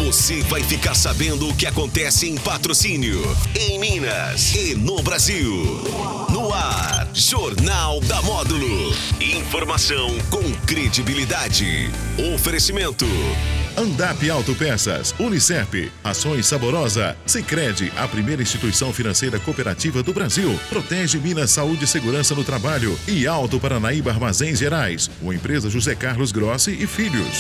Você vai ficar sabendo o que acontece em Patrocínio, em Minas e no Brasil. No ar, Jornal da Módulo. Informação com credibilidade. Oferecimento. Andap Autopeças, Unicep, Ações Saborosa, Sicredi, a primeira instituição financeira cooperativa do Brasil. Protege Minas Saúde e Segurança no Trabalho e Alto Paranaíba Armazéns Gerais. Uma empresa José Carlos Grossi e Filhos.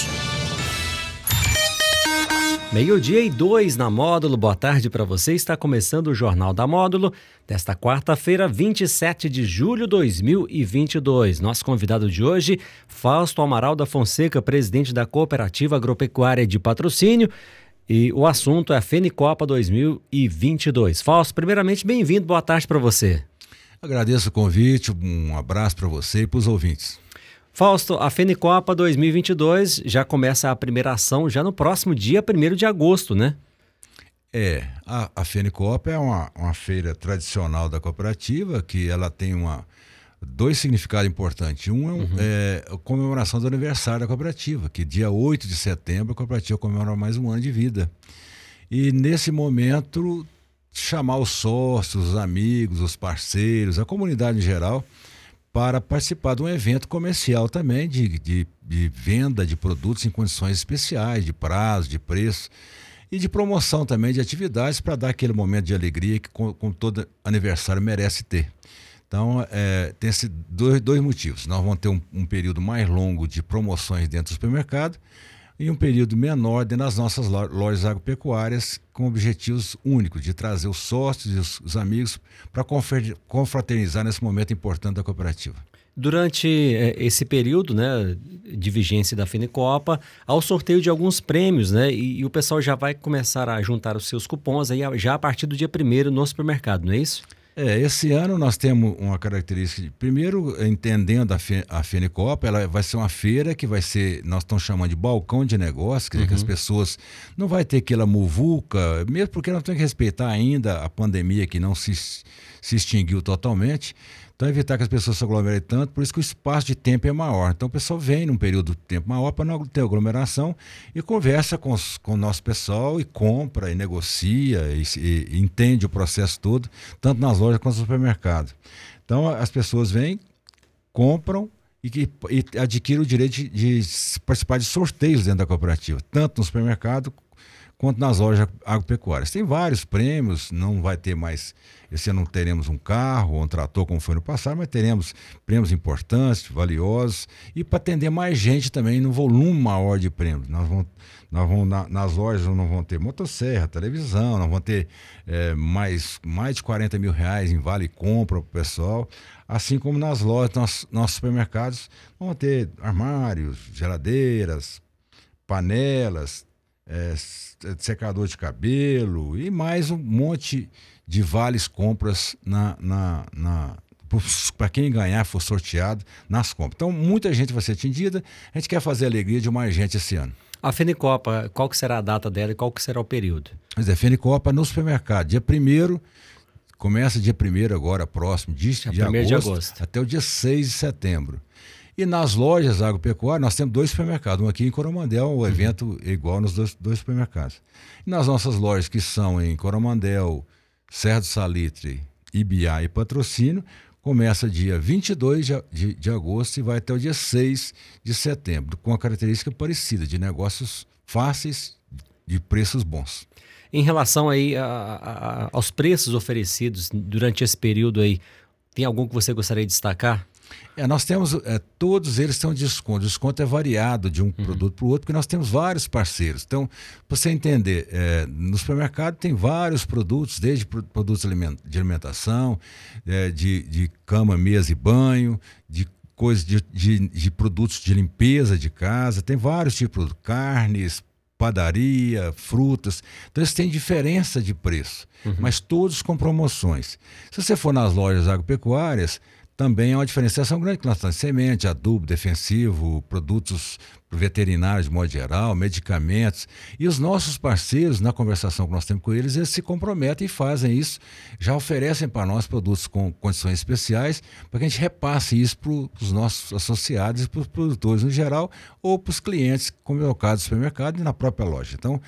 12:02 na Módulo. Boa tarde para você. Está começando o Jornal da Módulo desta quarta-feira, 27 de julho de 2022. Nosso convidado de hoje, Fausto Amaral da Fonseca, presidente da Cooperativa Agropecuária de Patrocínio. E o assunto é a Fenicopa 2022. Fausto, primeiramente, bem-vindo. Boa tarde para você. Agradeço o convite, um abraço para você e para os ouvintes. Fausto, a Fenicopa 2022 já começa a primeira ação já no próximo dia 1º de agosto, né? A Fenicopa é uma feira tradicional da cooperativa que ela tem dois significados importantes. Um é a comemoração do aniversário da cooperativa, que dia 8 de setembro a cooperativa comemora mais um ano de vida. E nesse momento chamar os sócios, os amigos, os parceiros, a comunidade em geral, para participar de um evento comercial também de venda de produtos em condições especiais, de prazo, de preço e de promoção também de atividades para dar aquele momento de alegria que com todo aniversário merece ter. Então, tem esses dois motivos. Nós vamos ter um período mais longo de promoções dentro do supermercado e um período menor dentro das nossas lojas agropecuárias com objetivos únicos de trazer os sócios e os amigos para confraternizar nesse momento importante da cooperativa. Durante esse período, né, de vigência da Fenicopa, há o sorteio de alguns prêmios, né, e o pessoal já vai começar a juntar os seus cupons aí já a partir do dia 1º no supermercado, não é isso? Esse ano nós temos uma característica, primeiro, entendendo a Fenicopa, ela vai ser uma feira que vai ser, nós estamos chamando de balcão de negócio, quer dizer, que as pessoas não vai ter aquela muvuca, mesmo porque nós temos que respeitar ainda a pandemia que não se extinguiu totalmente. Então, evitar que as pessoas se aglomerem tanto, por isso que o espaço de tempo é maior. Então, o pessoal vem num período de tempo maior para não ter aglomeração e conversa com o nosso pessoal e compra e negocia e entende o processo todo, tanto nas lojas quanto no supermercado. Então, as pessoas vêm, compram e adquirem o direito de participar de sorteios dentro da cooperativa, tanto no supermercado quanto nas lojas agropecuárias. Tem vários prêmios, não vai ter mais, esse ano não teremos um carro ou um trator como foi no passado, mas teremos prêmios importantes, valiosos, e para atender mais gente também no volume maior de prêmios. Nós vamos nas lojas não vão ter motosserra, televisão, nós vamos ter mais de 40 mil reais em vale compra para o pessoal, assim como nas lojas, nossos supermercados, vão ter armários, geladeiras, panelas, secador de cabelo e mais um monte de vales compras para quem ganhar for sorteado nas compras. Então muita gente vai ser atendida, a gente quer fazer a alegria de mais gente esse ano. A Fenicopa, qual que será a data dela e qual que será o período? Mas Fenicopa no supermercado, dia 1º, começa dia 1º agora, próximo, de agosto, até o dia 6 de setembro. E nas lojas agropecuárias, nós temos 2 supermercados, um aqui em Coromandel, o evento é igual nos dois supermercados. E nas nossas lojas, que são em Coromandel, Serra do Salitre, Ibiá e Patrocínio, começa dia 22 de agosto e vai até o dia 6 de setembro, com uma característica parecida, de negócios fáceis, de preços bons. Em relação aí aos preços oferecidos durante esse período aí, tem algum que você gostaria de destacar? Nós temos, todos eles têm um desconto. O desconto é variado de um produto para o outro, porque nós temos vários parceiros. Então, para você entender, no supermercado tem vários produtos, desde produtos de alimentação, de cama, mesa e banho, de coisas de produtos de limpeza de casa, tem vários tipos de carnes, padaria, frutas. Então, eles têm diferença de preço, mas todos com promoções. Se você for nas lojas agropecuárias, também é uma diferenciação grande, que nós temos semente, adubo, defensivo, produtos veterinários de modo geral, medicamentos. E os nossos parceiros, na conversação que nós temos com eles, eles se comprometem e fazem isso, já oferecem para nós produtos com condições especiais, para que a gente repasse isso para os nossos associados e para os produtores no geral, ou para os clientes, como é o caso do supermercado e na própria loja. Então,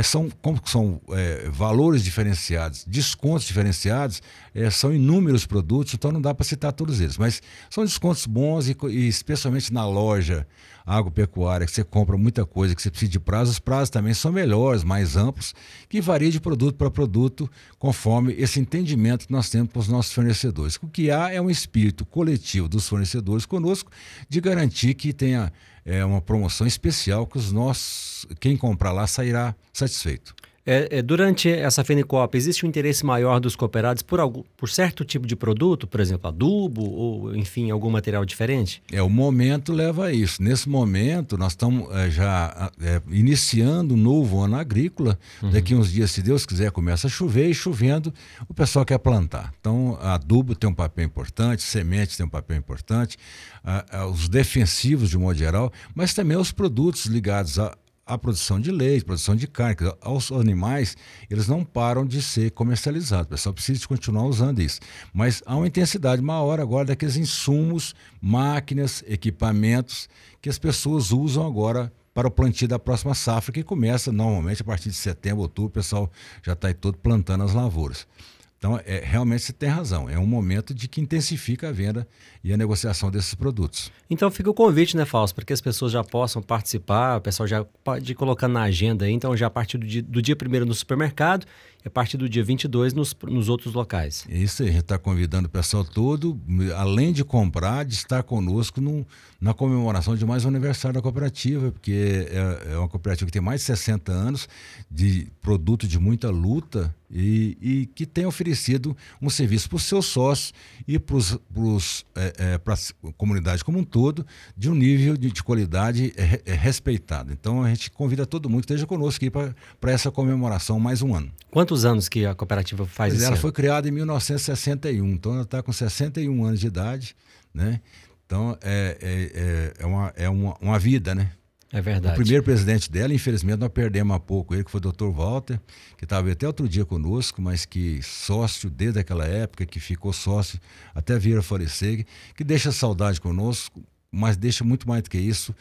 são valores diferenciados, descontos diferenciados, são inúmeros produtos, então não dá para citar todos eles, mas são descontos bons e especialmente na loja agropecuária, que você compra muita coisa, que você precisa de prazo, os prazos também são melhores, mais amplos, que varia de produto para produto, conforme esse entendimento que nós temos com os nossos fornecedores. O que há é um espírito coletivo dos fornecedores conosco de garantir que tenha uma promoção especial, que quem comprar lá sairá satisfeito. Durante essa FENICOP, existe um interesse maior dos cooperados por certo tipo de produto, por exemplo, adubo ou, enfim, algum material diferente? O momento leva a isso. Nesse momento, nós estamos já iniciando um novo ano agrícola. Daqui uns dias, se Deus quiser, começa a chover e chovendo, o pessoal quer plantar. Então, adubo tem um papel importante, semente tem um papel importante, os defensivos de modo geral, mas também os produtos ligados a produção de leite, produção de carne, aos animais, eles não param de ser comercializados. O pessoal precisa de continuar usando isso. Mas há uma intensidade maior agora daqueles insumos, máquinas, equipamentos que as pessoas usam agora para o plantio da próxima safra, que começa normalmente a partir de setembro, outubro, o pessoal já está aí todo plantando as lavouras. Então, realmente você tem razão, é um momento de que intensifica a venda e a negociação desses produtos. Então fica o convite, né, Fausto, para que as pessoas já possam participar, o pessoal já pode ir colocando na agenda aí, então já a partir do dia 1º no supermercado e a partir do dia 22 nos outros locais. Isso aí, a gente está convidando o pessoal todo, além de comprar, de estar conosco na comemoração de mais um aniversário da cooperativa, porque é uma cooperativa que tem mais de 60 anos, de produto de muita luta e que tem oferecido um serviço para os seus sócios e para a comunidade como um todo, de um nível de qualidade respeitado. Então a gente convida todo mundo que esteja conosco aqui para essa comemoração mais um ano. Quantos anos que a cooperativa faz isso? Ela foi criada em 1961, então ela está com 61 anos de idade, né? Então é uma vida, né? É verdade. O primeiro presidente dela, infelizmente, nós perdemos há pouco ele, que foi o Dr. Walter, que estava até outro dia conosco, mas que sócio desde aquela época, que ficou sócio até vir a falecer, que deixa saudade conosco, mas deixa muito mais do que isso,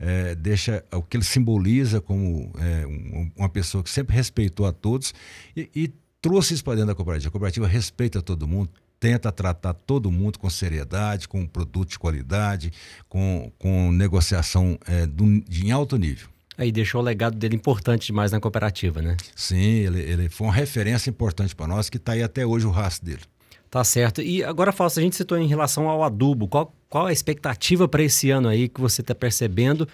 deixa o que ele simboliza como uma pessoa que sempre respeitou a todos e trouxe isso para dentro da cooperativa. A cooperativa respeita todo mundo, tenta tratar todo mundo com seriedade, com produto de qualidade, com negociação em alto nível. Aí deixou o legado dele importante demais na cooperativa, né? Sim, ele foi uma referência importante para nós, que está aí até hoje o rastro dele. Tá certo. E agora, Fausto, a gente citou em relação ao adubo. Qual a expectativa para esse ano aí que você está percebendo?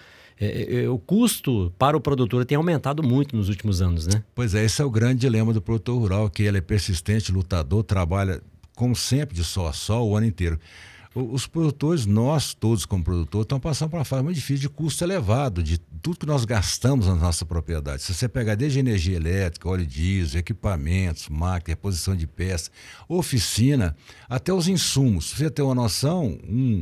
O custo para o produtor tem aumentado muito nos últimos anos, né? Pois é, esse é o grande dilema do produtor rural, que ele é persistente, lutador, trabalha como sempre, de sol a sol, o ano inteiro. Os produtores, nós todos como produtor, estamos passando por uma fase muito difícil de custo elevado, de tudo que nós gastamos na nossa propriedade. Se você pegar desde energia elétrica, óleo diesel, equipamentos, máquina, reposição de peças, oficina, até os insumos. Se você ter uma noção,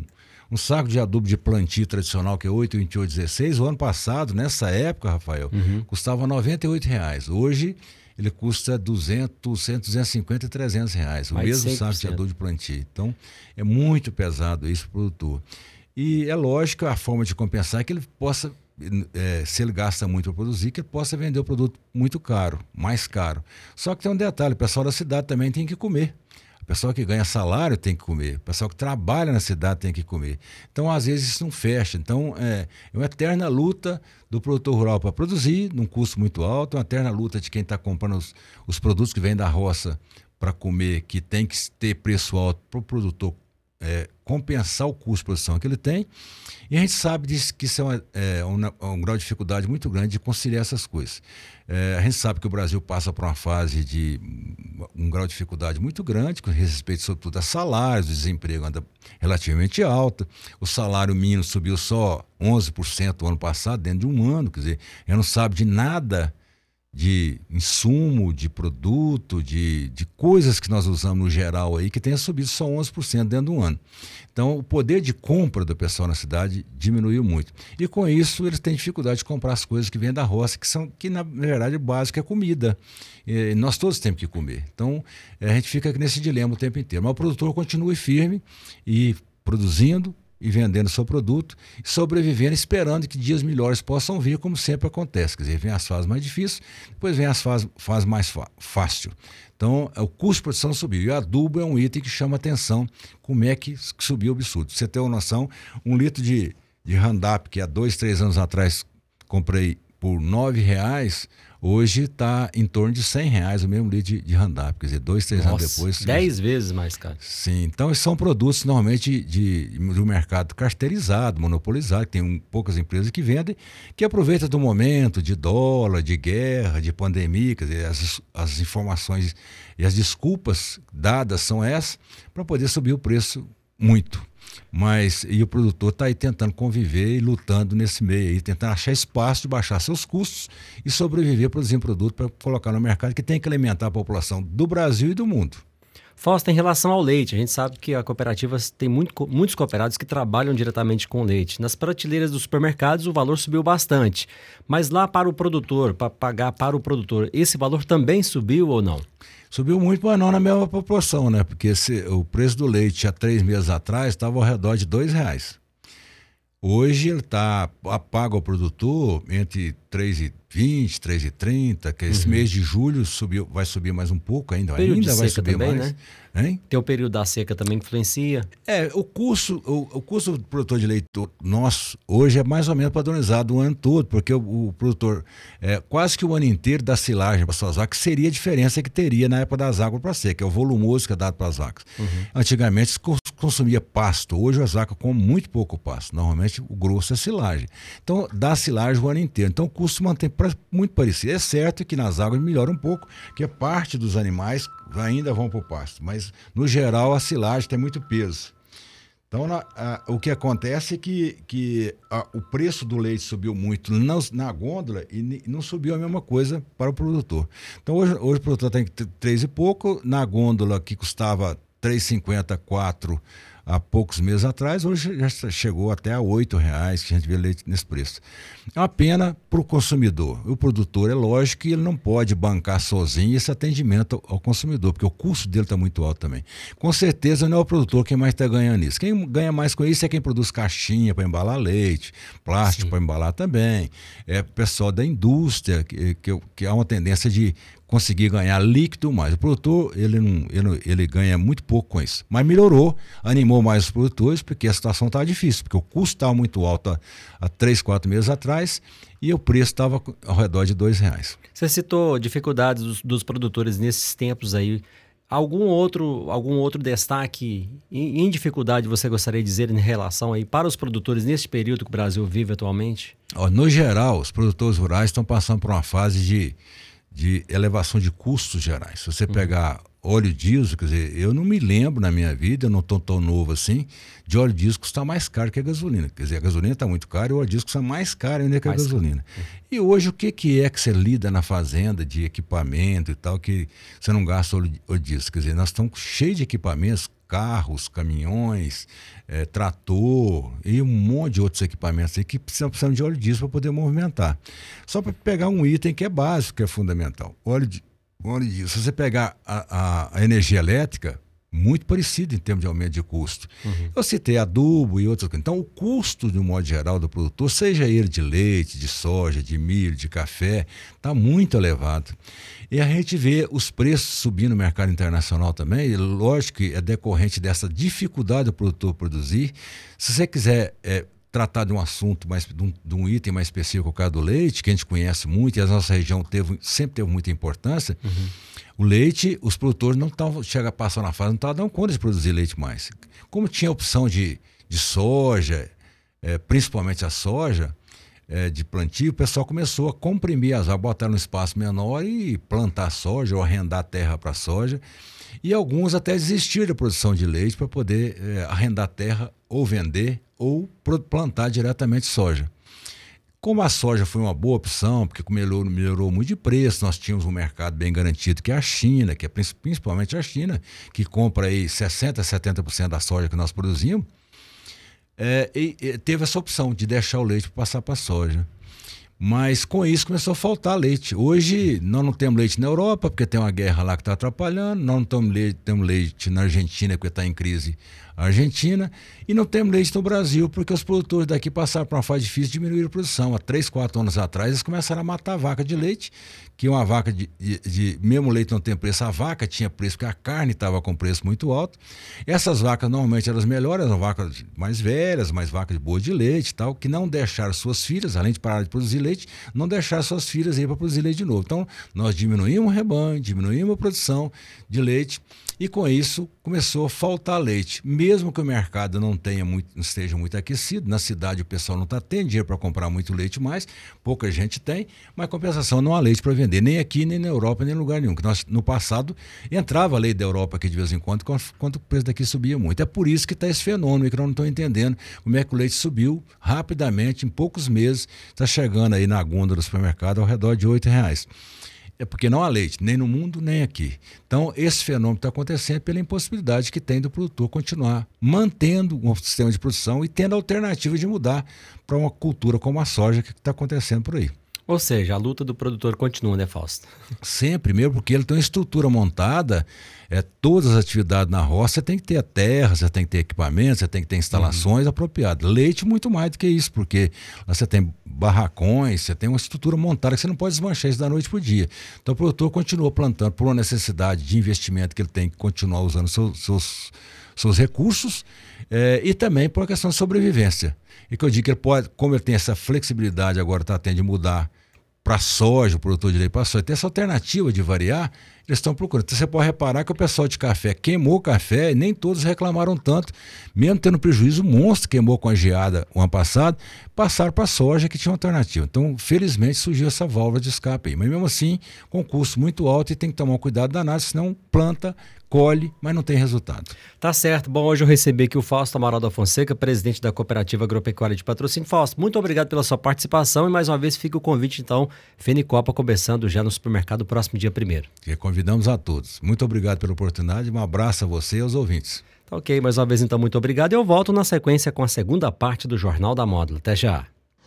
um saco de adubo de plantio tradicional, que é 8,28,16, o ano passado, nessa época, Rafael, custava R$ 98,00. Hoje ele custa 200, 100, 250 e 300 reais, o mesmo saco de adubo de plantio. Então, é muito pesado isso para o produtor. E é lógico, a forma de compensar é que ele possa, se ele gasta muito para produzir, que ele possa vender o produto muito caro, mais caro. Só que tem um detalhe, o pessoal da cidade também tem que comer. O pessoal que ganha salário tem que comer, o pessoal que trabalha na cidade tem que comer. Então, às vezes, isso não fecha. Então, é uma eterna luta do produtor rural para produzir, num custo muito alto, uma eterna luta de quem está comprando os produtos que vêm da roça para comer, que tem que ter preço alto para o produtor compensar o custo de produção que ele tem. E a gente sabe que isso é um grau de dificuldade muito grande de conciliar essas coisas. A gente sabe que o Brasil passa por uma fase de um grau de dificuldade muito grande, com respeito, sobretudo, a salários, o desemprego anda relativamente alto, o salário mínimo subiu só 11% no ano passado, dentro de um ano, quer dizer, a gente não sabe de nada de insumo, de produto, de coisas que nós usamos no geral aí, que tenha subido só 11% dentro de um ano. Então, o poder de compra do pessoal na cidade diminuiu muito. E com isso, eles têm dificuldade de comprar as coisas que vêm da roça, que na verdade, o básico é comida. E nós todos temos que comer. Então, a gente fica nesse dilema o tempo inteiro. Mas o produtor continua firme e produzindo e vendendo seu produto, sobrevivendo, esperando que dias melhores possam vir, como sempre acontece. Quer dizer, vem as fases mais difíceis, depois vem as fases mais fácil. Então, o custo de produção subiu. E o adubo é um item que chama atenção, como é que subiu o absurdo. Pra você ter uma noção, 1 litro de Roundup, que há 2, 3 anos atrás comprei por R$9, hoje está em torno de R$100 o mesmo litro de Roundup. Quer dizer, 2, 3 anos depois... 10 vezes mais caro. Sim, então são produtos normalmente do mercado carteirizado, monopolizado, que tem poucas empresas que vendem, que aproveitam do momento de dólar, de guerra, de pandemia, quer dizer, as informações e as desculpas dadas são essas, para poder subir o preço muito. E o produtor está aí tentando conviver e lutando nesse meio aí, tentando achar espaço de baixar seus custos e sobreviver produzindo produto para colocar no mercado, que tem que alimentar a população do Brasil e do mundo. Fausto, em relação ao leite, a gente sabe que a cooperativa tem muitos cooperados que trabalham diretamente com leite. Nas prateleiras dos supermercados o valor subiu bastante, mas lá para o produtor, para pagar para o produtor, esse valor também subiu ou não? Subiu muito, mas não na mesma proporção, né? Porque o preço do leite há 3 meses atrás estava ao redor de R$2. Hoje ele está pago ao produtor entre R$3,20, R$3,30, que esse mês de julho vai subir mais um pouco ainda vai subir também, mais. Né? Hein? Tem o período da seca também que influencia. O custo do produtor de leite nosso hoje é mais ou menos padronizado o ano todo, porque o produtor, quase que o ano inteiro da silagem para suas vacas seria a diferença que teria na época das águas para seca, que é o volumoso que é dado para as vacas. Antigamente se consumia pasto, hoje as vacas comem muito pouco pasto, normalmente o grosso é silagem. Então dá silagem o ano inteiro, então o custo se mantém muito parecido. É certo que nas águas melhora um pouco, porque parte dos animais ainda vão para o pasto, mas no geral a silagem tem muito peso. Então o que acontece é que o preço do leite subiu muito na gôndola e não subiu a mesma coisa para o produtor. Então hoje o produtor tem 3 e pouco, na gôndola que custava R$3,50, R$4 há poucos meses atrás, hoje já chegou até a R$8 que a gente vê leite nesse preço. É uma pena para o consumidor. O produtor, é lógico que ele não pode bancar sozinho esse atendimento ao consumidor, porque o custo dele está muito alto também. Com certeza não é o produtor quem mais está ganhando isso. Quem ganha mais com isso é quem produz caixinha para embalar leite, plástico para embalar também. É o pessoal da indústria, que há uma tendência de conseguir ganhar líquido mais. O produtor, ele ganha muito pouco com isso. Mas melhorou, animou mais os produtores, porque a situação estava difícil, porque o custo estava muito alto há 3, 4 meses atrás e o preço estava ao redor de R$2. Você citou dificuldades dos produtores nesses tempos aí. Algum outro destaque em dificuldade você gostaria de dizer em relação aí para os produtores neste período que o Brasil vive atualmente? No geral, os produtores rurais estão passando por uma fase de elevação de custos gerais. Se você pegar óleo diesel, quer dizer, eu não me lembro na minha vida, eu não estou tão novo assim, de óleo diesel custar mais caro que a gasolina. Quer dizer, a gasolina está muito cara e o óleo diesel custa mais caro ainda que a gasolina. E hoje o que é que você lida na fazenda de equipamento e tal, que você não gasta óleo diesel? Quer dizer, nós estamos cheios de equipamentos, carros, caminhões, trator e um monte de outros equipamentos aí que precisam de óleo diesel para poder movimentar. Só para pegar um item que é básico, que é fundamental. Óleo diesel. Se você pegar a energia elétrica, muito parecido em termos de aumento de custo. Eu citei adubo e outras coisas. Então, o custo, de um modo geral, do produtor, seja ele de leite, de soja, de milho, de café, está muito elevado. E a gente vê os preços subindo no mercado internacional também, e lógico que é decorrente dessa dificuldade do produtor produzir. Se você quiser tratar de um assunto, de um item mais específico, o caso do leite, que a gente conhece muito e a nossa região sempre teve muita importância, o leite, os produtores não estavam, chega a passar na fase, não estavam dando conta de produzir leite mais. Como tinha a opção de soja, principalmente a soja, de plantio, o pessoal começou a comprimir as águas, botar num espaço menor e plantar soja ou arrendar terra para soja. E alguns até desistiram da produção de leite para poder arrendar terra ou vender ou plantar diretamente soja. Como a soja foi uma boa opção, porque melhorou muito de preço, nós tínhamos um mercado bem garantido, que é a China, que é principalmente a China, que compra aí 60%, 70% da soja que nós produzimos, e teve essa opção de deixar o leite passar para a soja. Mas com isso começou a faltar leite. Hoje nós não temos leite na Europa, porque tem uma guerra lá que está atrapalhando, nós não temos leite na Argentina, porque está em crise a Argentina, e não temos leite no Brasil, porque os produtores daqui passaram por uma fase difícil de diminuir a produção. Há 3, 4 anos atrás eles começaram a matar a vaca de leite, que uma vaca mesmo leite não tem preço, a vaca tinha preço, porque a carne estava com preço muito alto. Essas vacas normalmente eram as melhores, eram vacas mais velhas, mais vacas boas de leite e tal, que não deixaram suas filhas, além de parar de produzir leite, não deixaram suas filhas aí para produzir leite de novo. Então, nós diminuímos o rebanho, diminuímos a produção de leite, e com isso começou a faltar leite. Mesmo que o mercado não esteja muito aquecido, na cidade o pessoal não está tendo dinheiro para comprar muito leite mais, pouca gente tem, mas compensação não há leite para vender, nem aqui, nem na Europa, nem em lugar nenhum. No passado entrava leite da Europa aqui de vez em quando o preço daqui subia muito. É por isso que está esse fenômeno que nós não estamos entendendo como é que o leite subiu rapidamente, em poucos meses, está chegando aí na gôndola do supermercado ao redor de R$8. É porque não há leite, nem no mundo, nem aqui. Então, esse fenômeno está acontecendo pela impossibilidade que tem do produtor continuar mantendo um sistema de produção e tendo a alternativa de mudar para uma cultura como a soja que está acontecendo por aí. Ou seja, a luta do produtor continua, né, Fausto? Sempre, mesmo porque ele tem uma estrutura montada, todas as atividades na roça, você tem que ter a terra, você tem que ter equipamentos, você tem que ter instalações apropriadas. Leite muito mais do que isso, porque lá você tem barracões, você tem uma estrutura montada que você não pode desmanchar isso da noite para o dia. Então o produtor continua plantando por uma necessidade de investimento que ele tem que continuar usando seus recursos, e também por uma questão de sobrevivência. E que eu digo que ele pode, como ele tem essa flexibilidade agora, está tendo de mudar para soja, o produtor de leite para soja, tem essa alternativa de variar, eles estão procurando. Então você pode reparar que o pessoal de café queimou o café e nem todos reclamaram tanto, mesmo tendo prejuízo monstro, queimou com a geada o ano passado, passaram para a soja que tinha uma alternativa. Então, felizmente, surgiu essa válvula de escape aí. Mas mesmo assim, com custo muito alto e tem que tomar um cuidado danado, senão planta, colhe, mas não tem resultado. Tá certo. Bom, hoje eu recebi aqui o Fausto Amaral da Fonseca, presidente da Cooperativa Agropecuária de Patrocínio. Fausto, muito obrigado pela sua participação e mais uma vez fica o convite, então, Fenicopa começando já no supermercado próximo dia 1º. E convidamos a todos. Muito obrigado pela oportunidade, um abraço a você e aos ouvintes. Tá ok, mais uma vez então, muito obrigado. Eu volto na sequência com a segunda parte do Jornal da Módulo. Até já.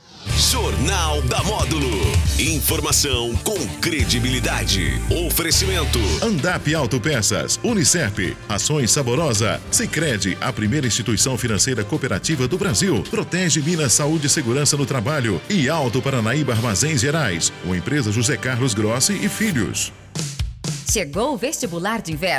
Jornal da Módulo. Informação com credibilidade. Oferecimento. Andap Autopeças, Unicep, Ações Saborosa, Sicredi, a primeira instituição financeira cooperativa do Brasil. Protege Minas Saúde e Segurança no Trabalho e Alto Paranaíba Armazéns Gerais. Uma empresa José Carlos Grossi e Filhos. Chegou o vestibular de inverno.